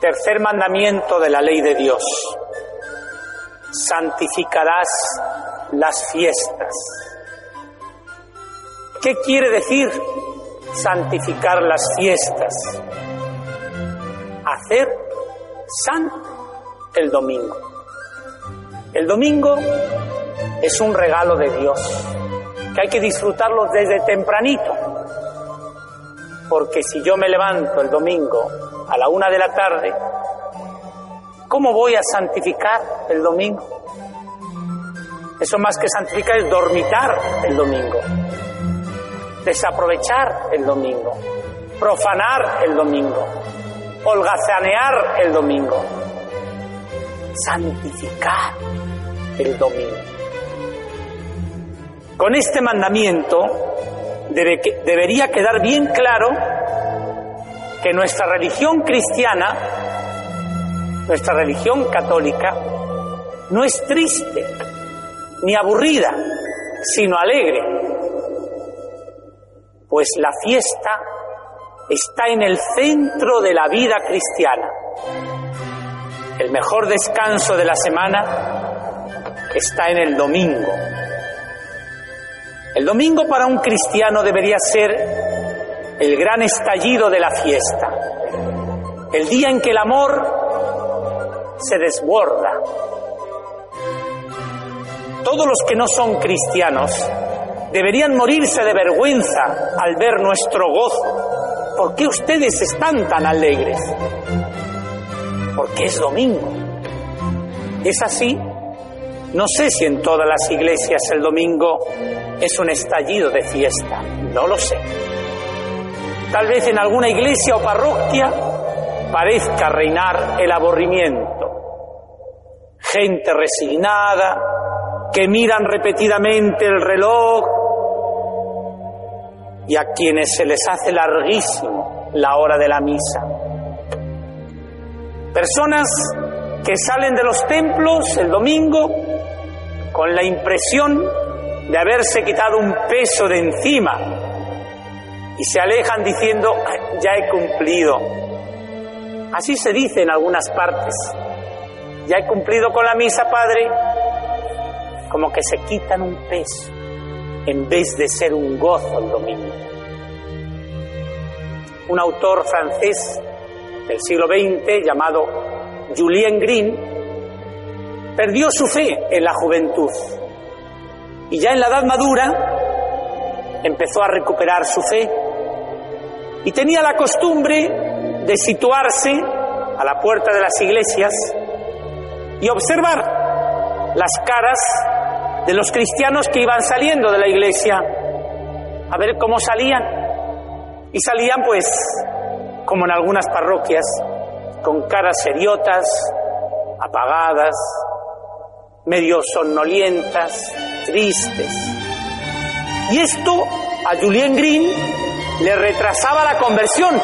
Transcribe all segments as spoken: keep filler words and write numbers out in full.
Tercer mandamiento de la ley de Dios. Santificarás las fiestas. ¿Qué quiere decir santificar las fiestas? Hacer santo el domingo. El domingo es un regalo de Dios, que hay que disfrutarlo desde tempranito. Porque si yo me levanto el domingo a la una de la tarde, ¿cómo voy a santificar el domingo? Eso más que santificar es dormitar el domingo, desaprovechar el domingo, profanar el domingo, holgazanear el domingo. Santificar el domingo. Con este mandamiento debe, debería quedar bien claro que nuestra religión cristiana, nuestra religión católica, no es triste ni aburrida, sino alegre, pues la fiesta está en el centro de la vida cristiana. El mejor descanso de la semana está en el domingo. El domingo para un cristiano debería ser el gran estallido de la fiesta, el día en que el amor se desborda. Todos los que no son cristianos deberían morirse de vergüenza al ver nuestro gozo. ¿Por qué ustedes están tan alegres? Porque es domingo. ¿Es así? No sé si en todas las iglesias el domingo es un estallido de fiesta. No lo sé. Tal vez en alguna iglesia o parroquia parezca reinar el aburrimiento. Gente resignada, que miran repetidamente el reloj y a quienes se les hace larguísimo la hora de la misa. Personas que salen de los templos el domingo con la impresión de haberse quitado un peso de encima y se alejan diciendo, ya he cumplido. Así se dice en algunas partes. Ya he cumplido con la misa, Padre. Como que se quitan un peso en vez de ser un gozo el domingo. Un autor francés del siglo veinte llamado Julien Green perdió su fe en la juventud y ya en la edad madura empezó a recuperar su fe y tenía la costumbre de situarse a la puerta de las iglesias y observar las caras de los cristianos que iban saliendo de la iglesia, a ver cómo salían. Y salían, pues, como en algunas parroquias, con caras seriotas, apagadas, medio somnolientas, tristes. Y esto a Julien Green le retrasaba la conversión.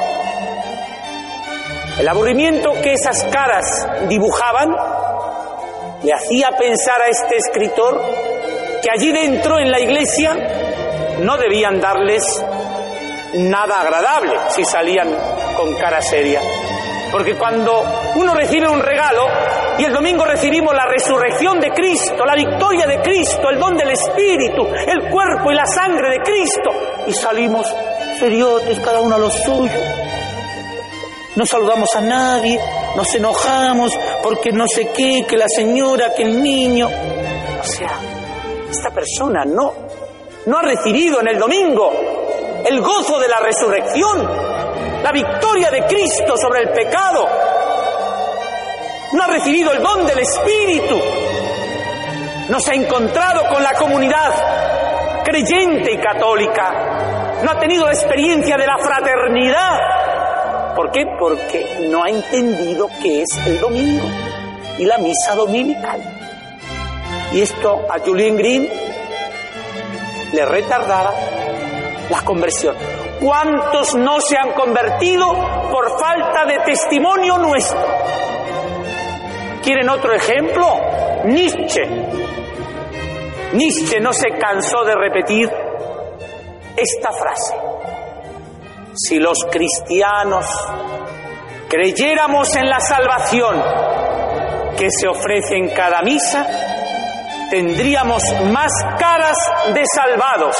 El aburrimiento que esas caras dibujaban le hacía pensar a este escritor que allí dentro, en la iglesia, no debían darles nada agradable si salían con cara seria. Porque cuando uno recibe un regalo, y el domingo recibimos la resurrección de Cristo, la victoria de Cristo, el don del Espíritu, el cuerpo y la sangre de Cristo, y salimos seriotes, cada uno a lo suyo. No saludamos a nadie, nos enojamos porque no sé qué, que la señora, que el niño. O sea, esta persona no, no ha recibido en el domingo el gozo de la resurrección, la victoria de Cristo sobre el pecado. No ha recibido el don del Espíritu. No se ha encontrado con la comunidad creyente y católica. No ha tenido la experiencia de la fraternidad. ¿Por qué? Porque no ha entendido qué es el domingo y la misa dominical. Y esto a Julien Green le retardaba la conversión. ¿Cuántos no se han convertido por falta de testimonio nuestro? ¿Quieren otro ejemplo? Nietzsche. Nietzsche no se cansó de repetir esta frase: si los cristianos creyéramos en la salvación que se ofrece en cada misa, tendríamos más caras de salvados,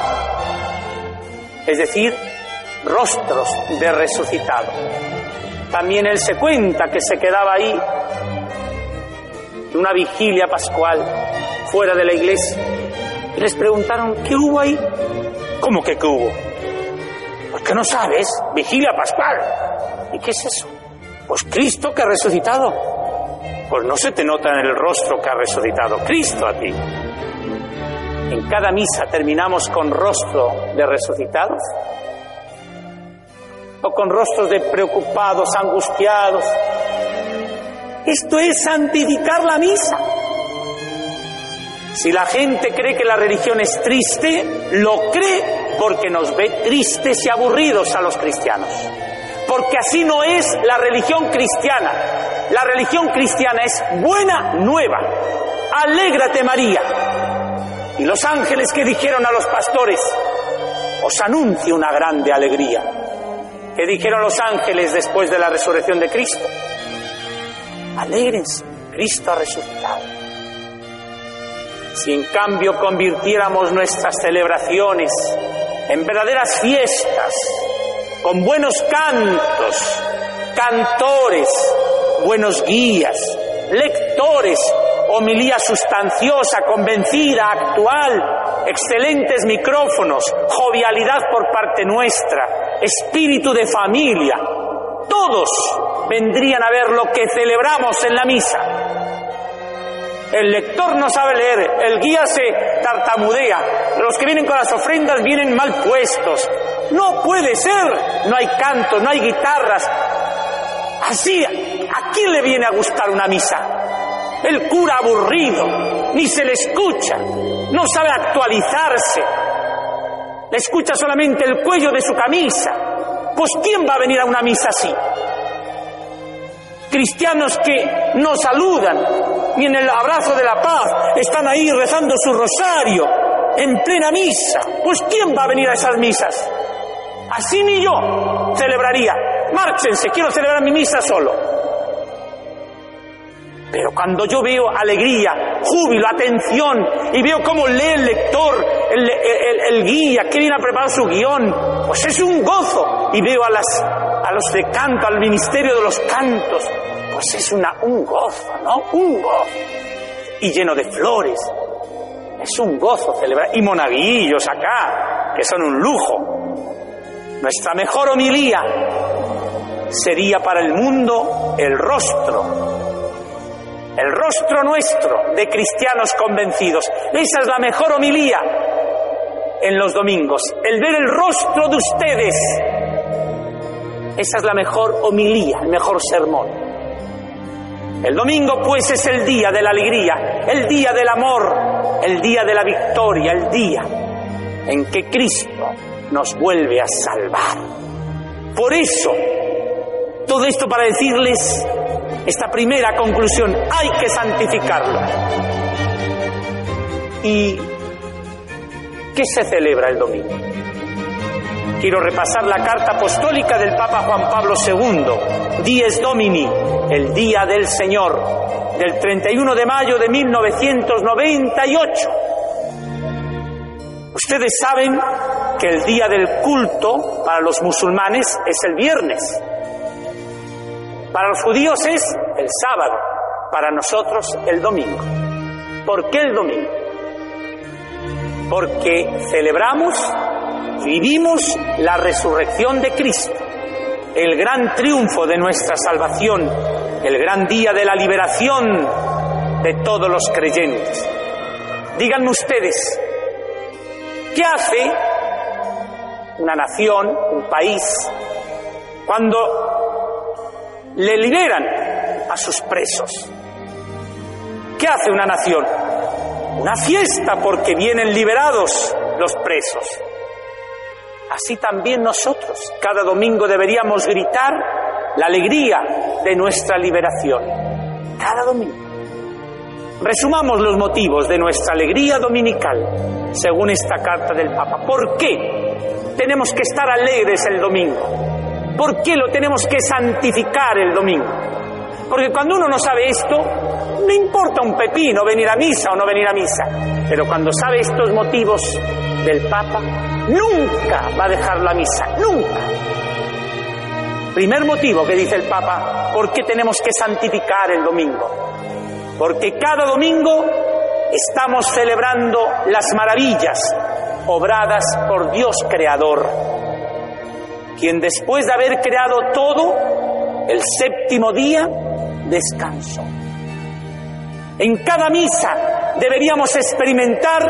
es decir, rostros de resucitado. También él se cuenta que se quedaba ahí en una vigilia pascual fuera de la iglesia y les preguntaron: ¿qué hubo ahí? ¿Cómo que qué hubo? Pues que no sabes, vigilia pascual. ¿Y qué es eso? Pues Cristo que ha resucitado. Pues no se te nota en el rostro que ha resucitado Cristo a ti. En cada misa terminamos con rostro de resucitados o con rostros de preocupados, angustiados. Esto es santificar la misa. Si la gente cree que la religión es triste, lo cree porque nos ve tristes y aburridos a los cristianos. Porque así no es la religión cristiana. La religión cristiana es buena nueva. Alégrate, María. Y los ángeles que dijeron a los pastores: os anuncio una grande alegría. ¿Qué dijeron los ángeles después de la resurrección de Cristo? Alégrense, Cristo ha resucitado. Si en cambio convirtiéramos nuestras celebraciones en verdaderas fiestas, con buenos cantos, cantores, buenos guías, lectores, homilía sustanciosa, convencida, actual, excelentes micrófonos, jovialidad por parte nuestra, espíritu de familia, todos vendrían a ver lo que celebramos en la misa. El lector no sabe leer, el guía se tartamudea, los que vienen con las ofrendas vienen mal puestos. No puede ser, no hay canto, no hay guitarras. Así, ¿a quién le viene a gustar una misa? El cura aburrido, ni se le escucha, no sabe actualizarse, le escucha solamente el cuello de su camisa. Pues ¿quién va a venir a una misa así? Cristianos que no saludan, ni en el abrazo de la paz, están ahí rezando su rosario, en plena misa. Pues ¿quién va a venir a esas misas? Así ni yo celebraría. Márchense, quiero celebrar mi misa solo. Pero cuando yo veo alegría, júbilo, atención, y veo cómo lee el lector, el, el, el guía, que viene a preparar su guión, pues es un gozo. Y veo a, las, a los de canto, al ministerio de los cantos, pues es una, un gozo, ¿no? Un gozo. Y lleno de flores. Es un gozo celebrar. Y monaguillos acá, que son un lujo. Nuestra mejor homilía sería para el mundo el rostro. El rostro nuestro de cristianos convencidos. Esa es la mejor homilía en los domingos. El ver el rostro de ustedes. Esa es la mejor homilía, el mejor sermón. El domingo, pues, es el día de la alegría, el día del amor, el día de la victoria, el día en que Cristo nos vuelve a salvar. Por eso, todo esto para decirles esta primera conclusión: hay que santificarlo. ¿Y qué se celebra el domingo? Quiero repasar la carta apostólica del Papa Juan Pablo segundo, Dies Domini, el Día del Señor, del treinta y uno de mayo de mil novecientos noventa y ocho. Ustedes saben que el día del culto para los musulmanes es el viernes. Para los judíos es el sábado, para nosotros el domingo. ¿Por qué el domingo? Porque celebramos y vivimos la resurrección de Cristo, el gran triunfo de nuestra salvación, el gran día de la liberación de todos los creyentes. Díganme ustedes, ¿qué hace una nación, un país, cuando le liberan a sus presos? ¿Qué hace una nación? Una fiesta porque vienen liberados los presos. Así también nosotros, cada domingo deberíamos gritar la alegría de nuestra liberación. Cada domingo. Resumamos los motivos de nuestra alegría dominical, según esta carta del Papa. ¿Por qué tenemos que estar alegres el domingo? ¿Por qué lo tenemos que santificar el domingo? Porque cuando uno no sabe esto, no importa un pepino venir a misa o no venir a misa. Pero cuando sabe estos motivos del Papa, nunca va a dejar la misa, nunca. Primer motivo que dice el Papa, ¿por qué tenemos que santificar el domingo? Porque cada domingo estamos celebrando las maravillas obradas por Dios Creador, quien después de haber creado todo, el séptimo día descansó. En cada misa deberíamos experimentar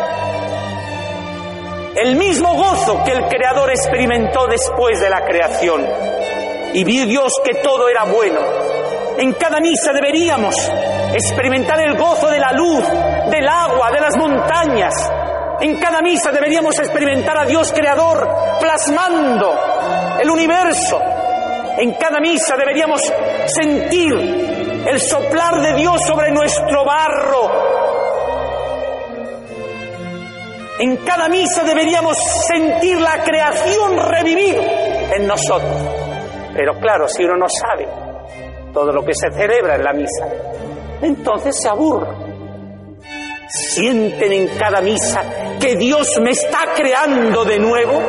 el mismo gozo que el Creador experimentó después de la creación. Y vio Dios que todo era bueno. En cada misa deberíamos experimentar el gozo de la luz, del agua, de las montañas. En cada misa deberíamos experimentar a Dios Creador plasmando el universo. En cada misa deberíamos sentir el soplar de Dios sobre nuestro barro. En cada misa deberíamos sentir la creación revivir en nosotros. Pero claro, si uno no sabe todo lo que se celebra en la misa, entonces se aburre. ¿Sienten en cada misa que Dios me está creando de nuevo?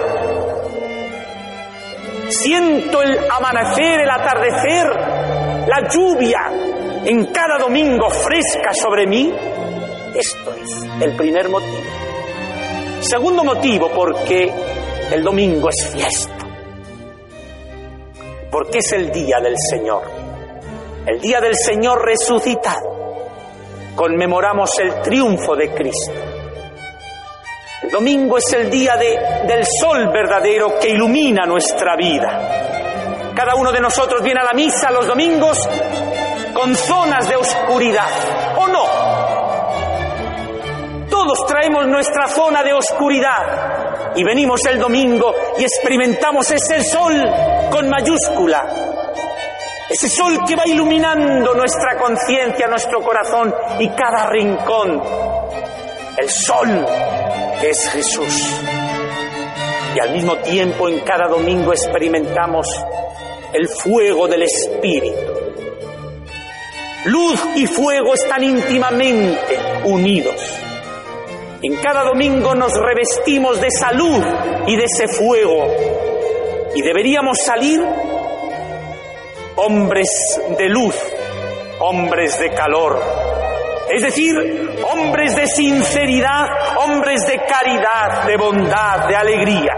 Siento el amanecer, el atardecer, la lluvia en cada domingo fresca sobre mí. Esto es el primer motivo. Segundo motivo, porque el domingo es fiesta. Porque es el día del Señor. El día del Señor resucitado. Conmemoramos el triunfo de Cristo. El domingo es el día de, del sol verdadero que ilumina nuestra vida. Cada uno de nosotros viene a la misa los domingos con zonas de oscuridad, ¿o no? Todos traemos nuestra zona de oscuridad y venimos el domingo y experimentamos ese sol con mayúscula. Ese sol que va iluminando nuestra conciencia, nuestro corazón y cada rincón. El sol que es Jesús. Y al mismo tiempo en cada domingo experimentamos el fuego del Espíritu. Luz y fuego están íntimamente unidos. En cada domingo nos revestimos de esa luz y de ese fuego. Y deberíamos salir hombres de luz, hombres de calor, es decir, hombres de sinceridad, hombres de caridad, de bondad, de alegría.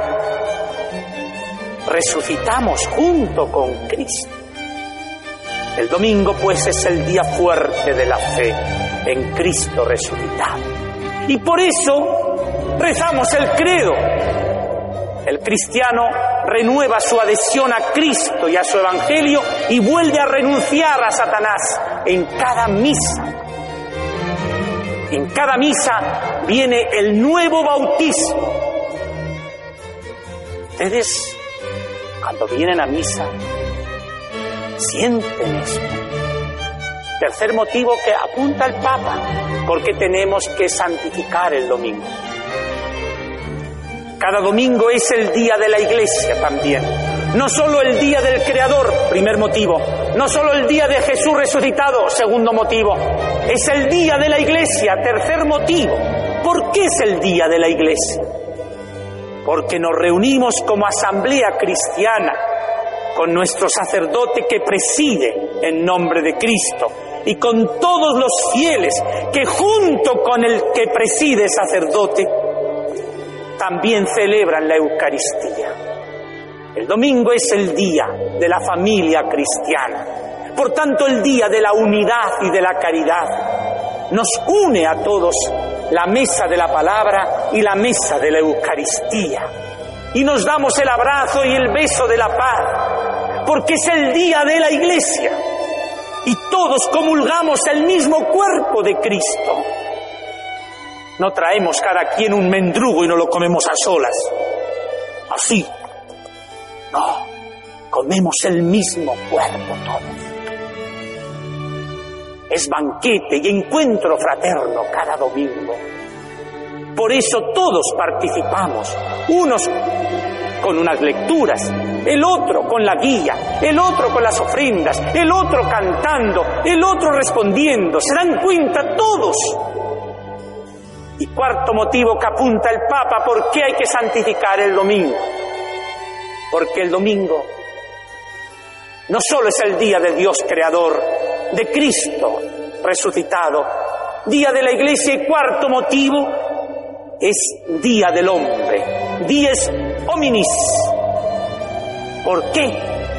Resucitamos junto con Cristo. El domingo, pues, es el día fuerte de la fe en Cristo resucitado. Y por eso rezamos el credo. El cristiano renueva su adhesión a Cristo y a su Evangelio y vuelve a renunciar a Satanás en cada misa. En cada misa viene el nuevo bautismo. Ustedes, cuando vienen a misa, sienten esto. Tercer motivo que apunta el Papa, porque tenemos que santificar el domingo. Cada domingo es el día de la Iglesia también. No solo el día del Creador, primer motivo. No solo el día de Jesús resucitado, segundo motivo. Es el día de la Iglesia, tercer motivo. ¿Por qué es el día de la Iglesia? Porque nos reunimos como asamblea cristiana con nuestro sacerdote que preside en nombre de Cristo y con todos los fieles que junto con el que preside sacerdote también celebran la Eucaristía. El domingo es el día de la familia cristiana, por tanto el día de la unidad y de la caridad. Nos une a todos la mesa de la palabra y la mesa de la Eucaristía. Y nos damos el abrazo y el beso de la paz, porque es el día de la Iglesia. Y todos comulgamos el mismo cuerpo de Cristo. No traemos cada quien un mendrugo y no lo comemos a solas. Así. No, comemos el mismo cuerpo todos. Es banquete y encuentro fraterno cada domingo. Por eso todos participamos, unos con unas lecturas el otro con la guía, el otro con las ofrendas, el otro cantando, el otro respondiendo. ¿Se dan cuenta todos? Y cuarto motivo que apunta el Papa, ¿por qué hay que santificar el domingo? Porque el domingo no solo es el día de Dios creador, de Cristo resucitado, día de la Iglesia, y cuarto motivo es día del hombre, dies hominis. ¿Por qué?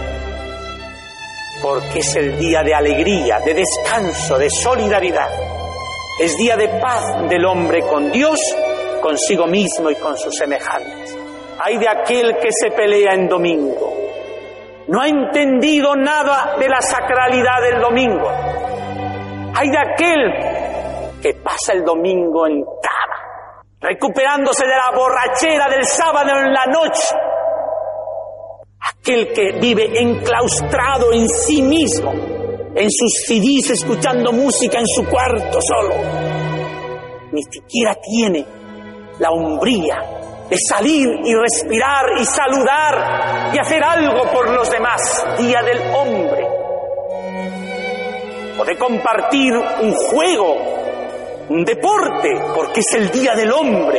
Porque es el día de alegría, de descanso, de solidaridad. Es día de paz del hombre con Dios, consigo mismo y con sus semejantes. Ay de aquel que se pelea en domingo. No ha entendido nada de la sacralidad del domingo. Ay de aquel que pasa el domingo en cama, recuperándose de la borrachera del sábado en la noche. Aquel que vive enclaustrado en sí mismo, en sus C Ds, escuchando música en su cuarto solo. Ni siquiera tiene la hombría de salir y respirar y saludar y hacer algo por los demás. Día del hombre. O de compartir un juego, un deporte, porque es el día del hombre.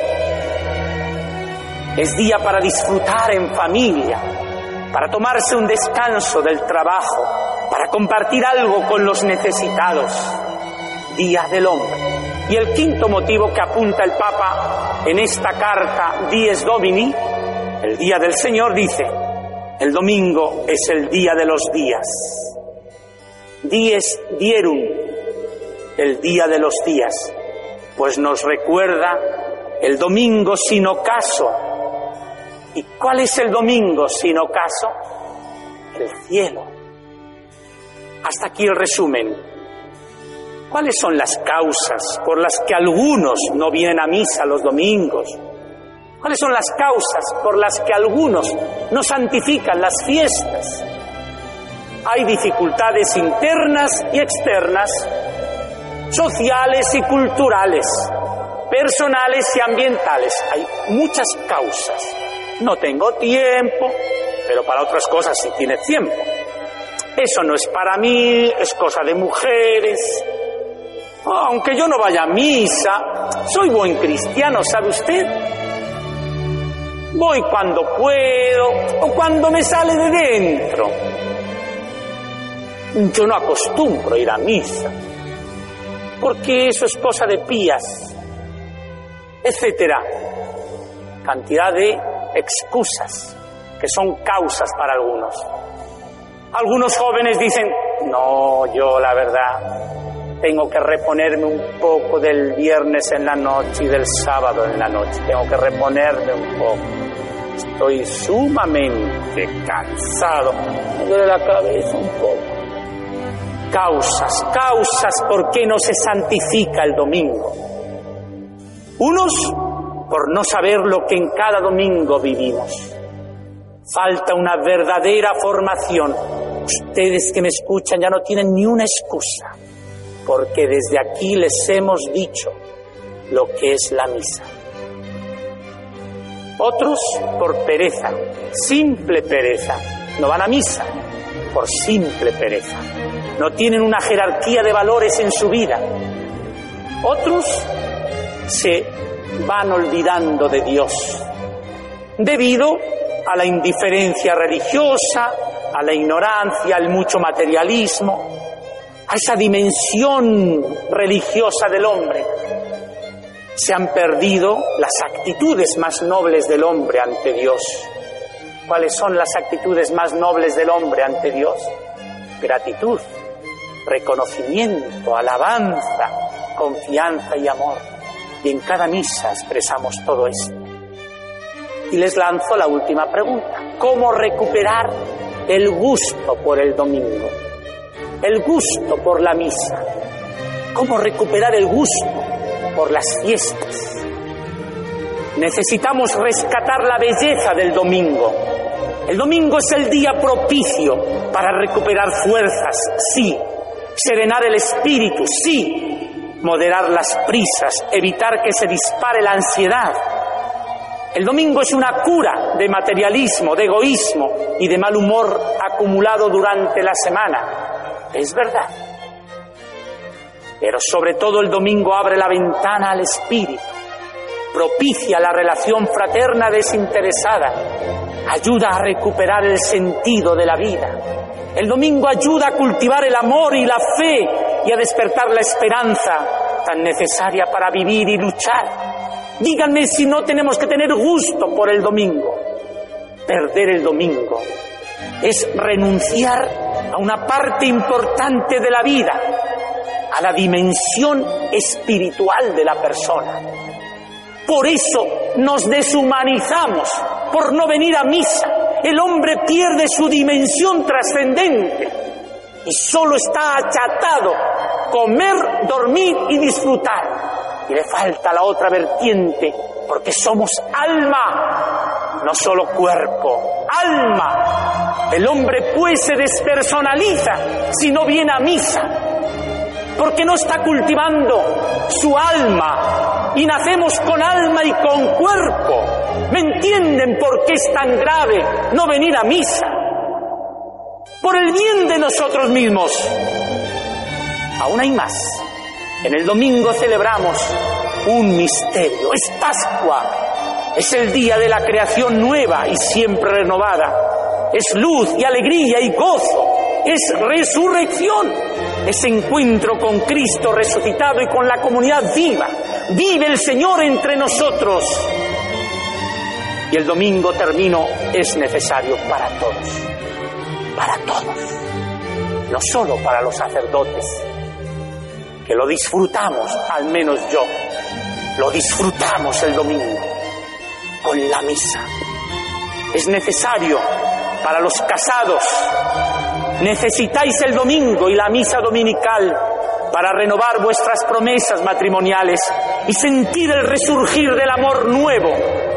Es día para disfrutar en familia, para tomarse un descanso del trabajo, para compartir algo con los necesitados. Día del hombre. Y el quinto motivo que apunta el Papa en esta carta Dies Domini, el día del Señor, dice: el domingo es el día de los días. Dies dierum, el día de los días, pues nos recuerda el domingo sin ocaso. ¿Y cuál es el domingo sin ocaso? El cielo. Hasta aquí el resumen. ¿Cuáles son las causas por las que algunos no vienen a misa los domingos? ¿Cuáles son las causas por las que algunos no santifican las fiestas? Hay dificultades internas y externas, sociales y culturales, personales y ambientales. Hay muchas causas. No tengo tiempo, pero para otras cosas sí tienes tiempo. Eso no es para mí, es cosa de mujeres. Aunque yo no vaya a misa, soy buen cristiano, ¿sabe usted? Voy cuando puedo o cuando me sale de dentro. Yo no acostumbro ir a misa, porque eso es cosa de pías, etcétera. Cantidad de excusas que son causas para algunos. Algunos jóvenes dicen: no, yo la verdad tengo que reponerme un poco del viernes en la noche y del sábado en la noche. Tengo que reponerme un poco. Estoy sumamente cansado. Me duele la cabeza un poco. Causas, causas por qué no se santifica el domingo. Unos, por no saber lo que en cada domingo vivimos. Falta una verdadera formación. Ustedes que me escuchan ya no tienen ni una excusa, porque desde aquí les hemos dicho lo que es la misa. Otros por pereza, simple pereza. No van a misa por simple pereza. No tienen una jerarquía de valores en su vida. Otros se van olvidando de Dios debido a la indiferencia religiosa, a la ignorancia, al mucho materialismo, a esa dimensión religiosa del hombre. Se han perdido las actitudes más nobles del hombre ante Dios. ¿Cuáles son las actitudes más nobles del hombre ante Dios? Gratitud, reconocimiento, alabanza, confianza y amor. Y en cada misa expresamos todo esto. Y les lanzo la última pregunta. ¿Cómo recuperar el gusto por el domingo? El gusto por la misa. ¿Cómo recuperar el gusto por las fiestas? Necesitamos rescatar la belleza del domingo. El domingo es el día propicio para recuperar fuerzas, sí. Serenar el espíritu, sí. Moderar las prisas, evitar que se dispare la ansiedad. El domingo es una cura de materialismo, de egoísmo y de mal humor acumulado durante la semana. Es verdad. Pero sobre todo el domingo abre la ventana al espíritu, propicia la relación fraterna desinteresada, ayuda a recuperar el sentido de la vida. El domingo ayuda a cultivar el amor y la fe y a despertar la esperanza tan necesaria para vivir y luchar. Díganme si no tenemos que tener gusto por el domingo. Perder el domingo es renunciar a una parte importante de la vida, a la dimensión espiritual de la persona. Por eso nos deshumanizamos, por no venir a misa. El hombre pierde su dimensión trascendente y solo está achatado, comer, dormir y disfrutar. Y le falta la otra vertiente, porque somos alma, no solo cuerpo, alma. El hombre pues se despersonaliza si no viene a misa, porque no está cultivando su alma, y nacemos con alma y con cuerpo. ¿Me entienden por qué es tan grave no venir a misa? Por el bien de nosotros mismos. Aún hay más. En el domingo celebramos un misterio. Es Pascua. Es el día de la creación nueva y siempre renovada. Es luz y alegría y gozo. Es resurrección. Es encuentro con Cristo resucitado y con la comunidad viva. Vive el Señor entre nosotros. Y el domingo, termino, es necesario para todos. Para todos. No solo para los sacerdotes, que lo disfrutamos, al menos yo, lo disfrutamos el domingo con la misa. Es necesario para los casados. Necesitáis el domingo y la misa dominical para renovar vuestras promesas matrimoniales y sentir el resurgir del amor nuevo.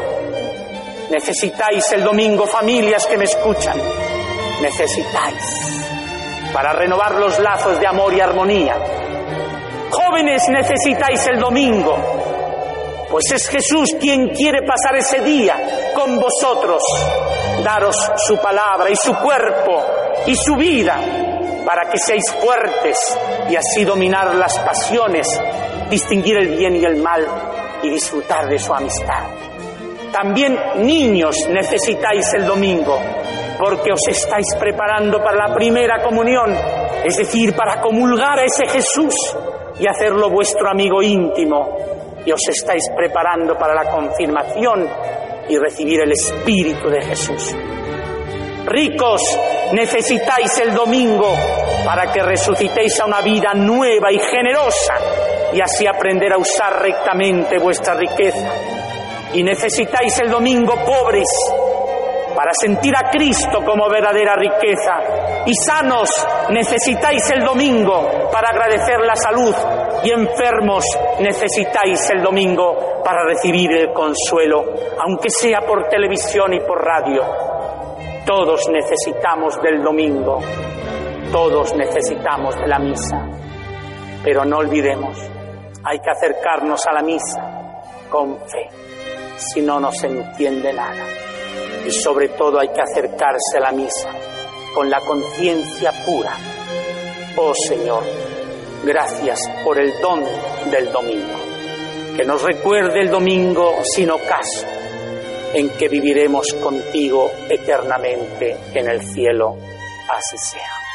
Necesitáis el domingo, familias que me escuchan. Necesitáis para renovar los lazos de amor y armonía. Jóvenes, necesitáis el domingo, pues es Jesús quien quiere pasar ese día con vosotros, daros su palabra y su cuerpo y su vida, para que seáis fuertes y así dominar las pasiones, distinguir el bien y el mal y disfrutar de su amistad. También niños necesitáis el domingo, porque os estáis preparando para la primera comunión, es decir, para comulgar a ese Jesús y hacerlo vuestro amigo íntimo, y os estáis preparando para la confirmación y recibir el Espíritu de Jesús. Ricos, necesitáis el domingo para que resucitéis a una vida nueva y generosa y así aprender a usar rectamente vuestra riqueza. Y necesitáis el domingo, pobres, para sentir a Cristo como verdadera riqueza. Y sanos, necesitáis el domingo para agradecer la salud. Y enfermos, necesitáis el domingo para recibir el consuelo, aunque sea por televisión y por radio. Todos necesitamos del domingo, todos necesitamos de la misa. Pero no olvidemos, hay que acercarnos a la misa con fe, si no, no se entiende nada. Y sobre todo hay que acercarse a la misa con la conciencia pura. Oh Señor, gracias por el don del domingo. Que nos recuerde el domingo sin ocaso, en que viviremos contigo eternamente en el cielo. Así sea.